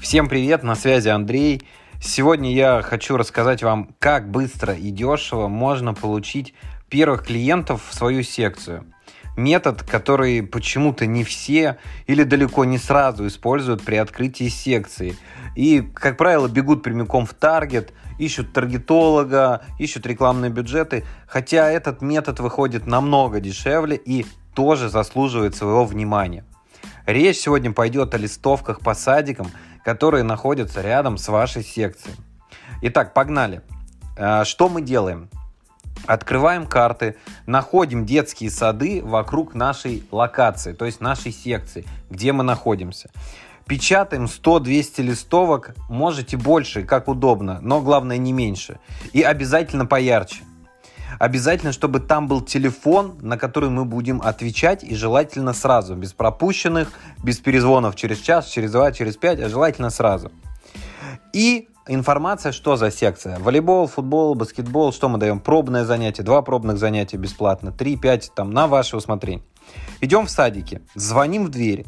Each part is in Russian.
Всем привет, на связи Андрей. Сегодня я хочу рассказать вам, как быстро и дешево можно получить первых клиентов в свою секцию. Метод, который почему-то не все или далеко не сразу используют при открытии секции. И, как правило, бегут прямиком в таргет, ищут таргетолога, ищут рекламные бюджеты. Хотя этот метод выходит намного дешевле и тоже заслуживает своего внимания. Речь сегодня пойдет о листовках по садикам, которые находятся рядом с вашей секцией. Итак, погнали. Что мы делаем? Открываем карты, находим детские сады вокруг нашей локации, то есть нашей секции, где мы находимся. Печатаем 100-200 листовок, можете больше, как удобно, но главное не меньше. И обязательно поярче. Обязательно, чтобы там был телефон, на который мы будем отвечать, и желательно сразу, без пропущенных, без перезвонов через час, через два, через 5, а желательно сразу. И информация, что за секция. Волейбол, футбол, баскетбол, что мы даем? Пробное занятие, 2 пробных занятия бесплатно, 3, 5, там, на ваше усмотрение. Идем в садики, звоним в дверь.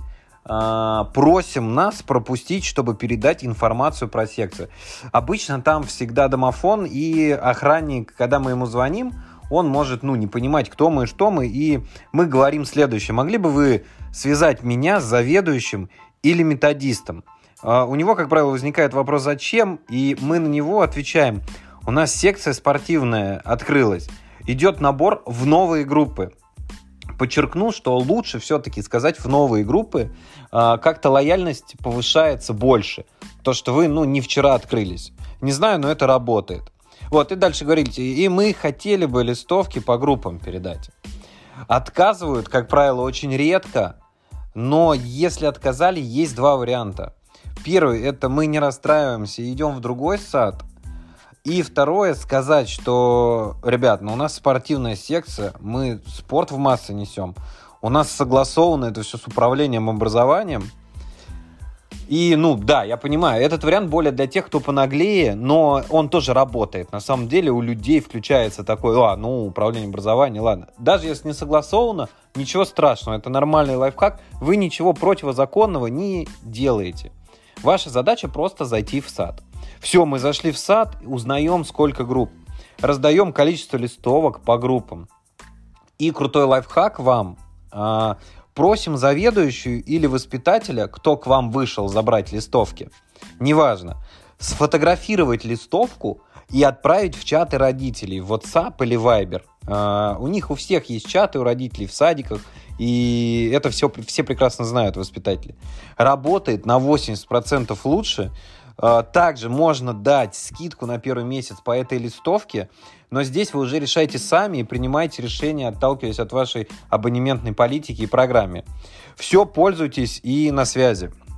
Просим нас пропустить, чтобы передать информацию про секцию. Обычно там всегда домофон, и охранник, когда мы ему звоним, он может, не понимать, кто мы и что мы, и мы говорим следующее. Могли бы вы связать меня с заведующим или методистом? У него, как правило, возникает вопрос «зачем?», и мы на него отвечаем. У нас секция спортивная открылась, идет набор в новые группы. Подчеркну, что лучше все-таки сказать в новые группы, как-то лояльность повышается больше. То, что вы, не вчера открылись. Не знаю, но это работает. Вот, и дальше говорите, и мы хотели бы листовки по группам передать. Отказывают, как правило, очень редко, но если отказали, есть 2 варианта. Первый, это мы не расстраиваемся, идем в другой сад. И второе, сказать, что, ребят, у нас спортивная секция, мы спорт в массы несем, у нас согласовано это все с управлением образованием. И, да, я понимаю, этот вариант более для тех, кто понаглее, но он тоже работает. На самом деле у людей включается такой, управление образованием, ладно. Даже если не согласовано, ничего страшного, это нормальный лайфхак, вы ничего противозаконного не делаете. Ваша задача просто зайти в сад. Все, мы зашли в сад, узнаем, сколько групп. Раздаем количество листовок по группам. И крутой лайфхак вам. Просим заведующую или воспитателя, кто к вам вышел забрать листовки, неважно, сфотографировать листовку и отправить в чаты родителей, в WhatsApp или Viber. У них у всех есть чаты у родителей в садиках, и это все прекрасно знают воспитатели. Работает на 80% лучше. Также можно дать скидку на первый месяц по этой листовке, но здесь вы уже решаете сами и принимаете решение, отталкиваясь от вашей абонементной политики и программы. Все, пользуйтесь и на связи.